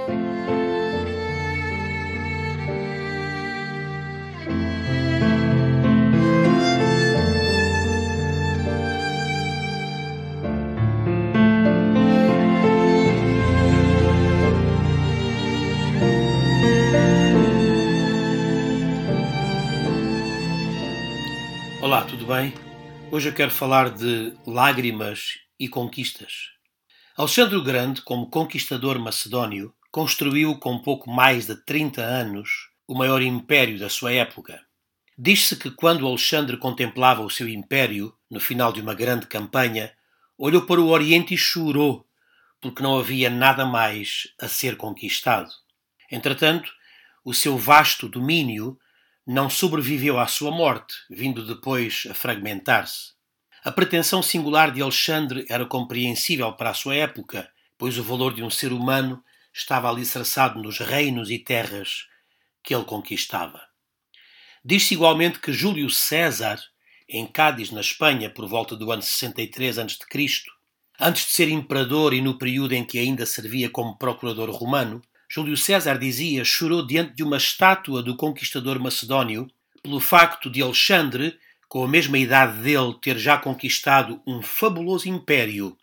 Olá, tudo bem? Hoje eu quero falar de lágrimas e conquistas. Alexandre o Grande, como conquistador macedónio, construiu com pouco mais de 30 anos o maior império da sua época. Diz-se que quando Alexandre contemplava o seu império, no final de uma grande campanha, olhou para o Oriente e chorou, porque não havia nada mais a ser conquistado. Entretanto, o seu vasto domínio não sobreviveu à sua morte, vindo depois a fragmentar-se. A pretensão singular de Alexandre era compreensível para a sua época, pois o valor de um ser humano estava alicerçado nos reinos e terras que ele conquistava. Diz-se igualmente que Júlio César, em Cádiz, na Espanha, por volta do ano 63 a.C., antes de ser imperador e no período em que ainda servia como procurador romano, Júlio César chorou diante de uma estátua do conquistador macedónio pelo facto de Alexandre, com a mesma idade dele, ter já conquistado um fabuloso império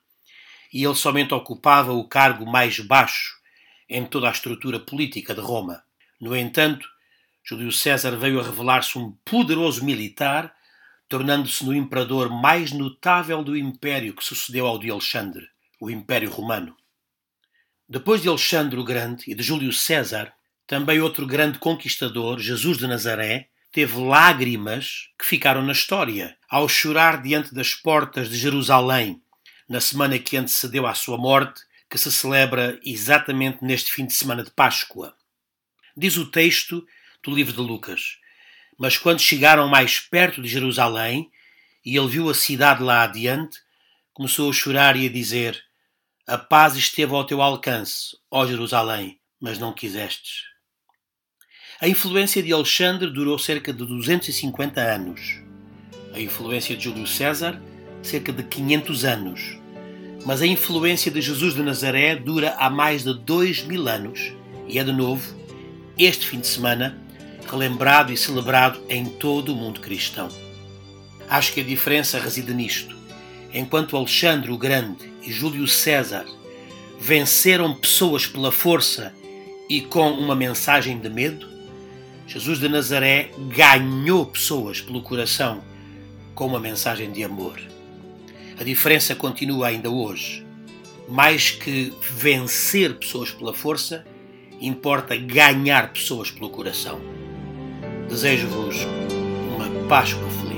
e ele somente ocupava o cargo mais baixo em toda a estrutura política de Roma. No entanto, Júlio César veio a revelar-se um poderoso militar, tornando-se no imperador mais notável do império que sucedeu ao de Alexandre, o Império Romano. Depois de Alexandre o Grande e de Júlio César, também outro grande conquistador, Jesus de Nazaré, teve lágrimas que ficaram na história ao chorar diante das portas de Jerusalém, na semana que antecedeu à sua morte, que se celebra exatamente neste fim de semana de Páscoa. Diz o texto do livro de Lucas: mas quando chegaram mais perto de Jerusalém e ele viu a cidade lá adiante, começou a chorar e a dizer: a paz esteve ao teu alcance, ó Jerusalém, mas não quisestes. A influência de Alexandre durou cerca de 250 anos. A influência de Júlio César, cerca de 500 anos. Mas a influência de Jesus de Nazaré dura há mais de 2000 anos e é de novo, este fim de semana, relembrado e celebrado em todo o mundo cristão. Acho que a diferença reside nisto. Enquanto Alexandre o Grande e Júlio César venceram pessoas pela força e com uma mensagem de medo, Jesus de Nazaré ganhou pessoas pelo coração com uma mensagem de amor. A diferença continua ainda hoje. Mais que vencer pessoas pela força, importa ganhar pessoas pelo coração. Desejo-vos uma Páscoa feliz.